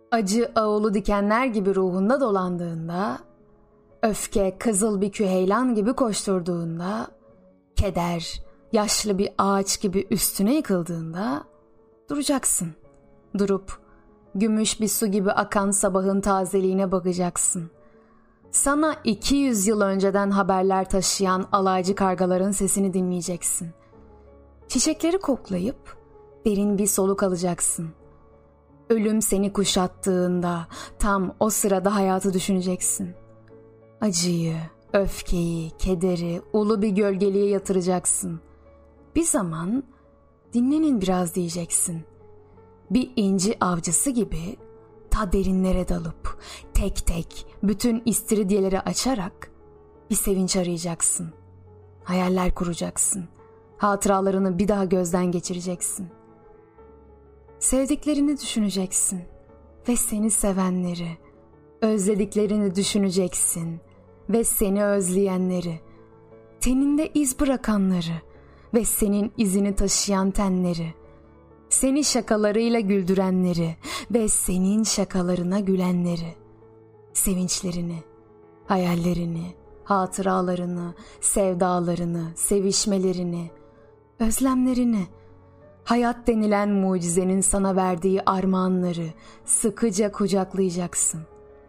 Acı ağulu dikenler gibi ruhunda dolandığında, öfke kızıl bir küheylan gibi koşturduğunda, keder yaşlı bir ağaç gibi üstüne yıkıldığında duracaksın. Durup gümüş bir su gibi akan sabahın tazeliğine bakacaksın. Sana 200 yıl önceden haberler taşıyan alaycı kargaların sesini dinleyeceksin. Çiçekleri koklayıp derin bir soluk alacaksın. Ölüm seni kuşattığında tam o sırada hayatı düşüneceksin. Acıyı, öfkeyi, kederi ulu bir gölgeliğe yatıracaksın. Bir zaman dinlenin biraz diyeceksin. Bir inci avcısı gibi ta derinlere dalıp tek tek bütün istiridyeleri açarak bir sevinç arayacaksın. Hayaller kuracaksın. Hatıralarını bir daha gözden geçireceksin. Sevdiklerini düşüneceksin ve seni sevenleri, özlediklerini düşüneceksin ve seni özleyenleri, teninde iz bırakanları ve senin izini taşıyan tenleri, seni şakalarıyla güldürenleri ve senin şakalarına gülenleri, sevinçlerini, hayallerini, hatıralarını, sevdalarını, sevişmelerini, özlemlerini, hayat denilen mucizenin sana verdiği armağanları sıkıca kucaklayacaksın.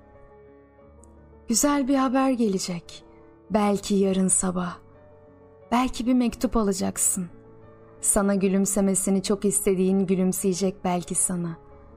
Güzel bir haber gelecek. Belki yarın sabah. Belki bir mektup alacaksın. Sana gülümsemesini çok istediğin gülümseyecek belki sana.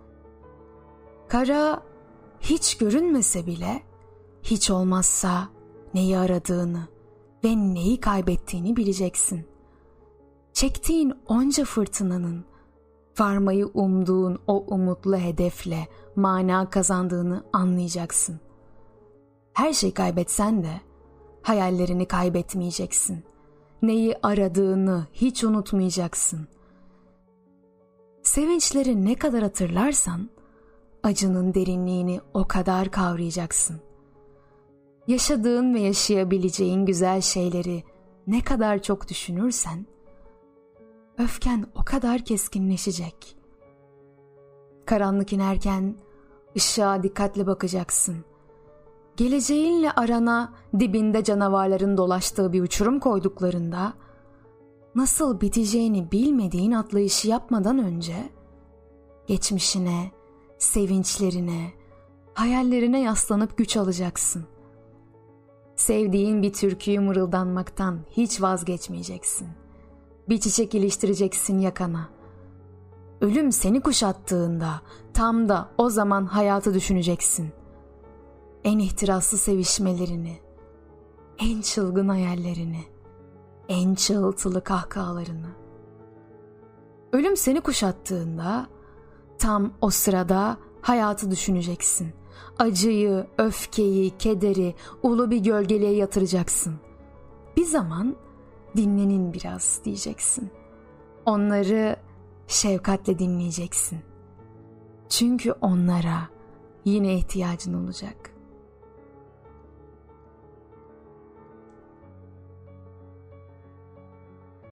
Kara hiç görünmese bile hiç olmazsa neyi aradığını ve neyi kaybettiğini bileceksin. Çektiğin onca fırtınanın varmayı umduğun o umutlu hedefle mana kazandığını anlayacaksın. Her şeyi kaybetsen de hayallerini kaybetmeyeceksin. Neyi aradığını hiç unutmayacaksın. Sevinçleri ne kadar hatırlarsan acının derinliğini o kadar kavrayacaksın. Yaşadığın ve yaşayabileceğin güzel şeyleri ne kadar çok düşünürsen öfken o kadar keskinleşecek. Karanlık inerken ışığa dikkatle bakacaksın. Geleceğinle arana dibinde canavarların dolaştığı bir uçurum koyduklarında nasıl biteceğini bilmediğin atlayışı yapmadan önce geçmişine, sevinçlerine, hayallerine yaslanıp güç alacaksın. Sevdiğin bir türküyü mırıldanmaktan hiç vazgeçmeyeceksin. Bir çiçek iliştireceksin yakana. Ölüm seni kuşattığında tam da o zaman hayatı düşüneceksin. En ihtiraslı sevişmelerini, en çılgın hayallerini, en çığıltılı kahkahalarını. Ölüm seni kuşattığında tam o sırada hayatı düşüneceksin. Acıyı, öfkeyi, kederi ulu bir gölgeliğe yatıracaksın. Bir zaman dinlenin biraz diyeceksin. Onları şefkatle dinleyeceksin. Çünkü onlara yine ihtiyacın olacak.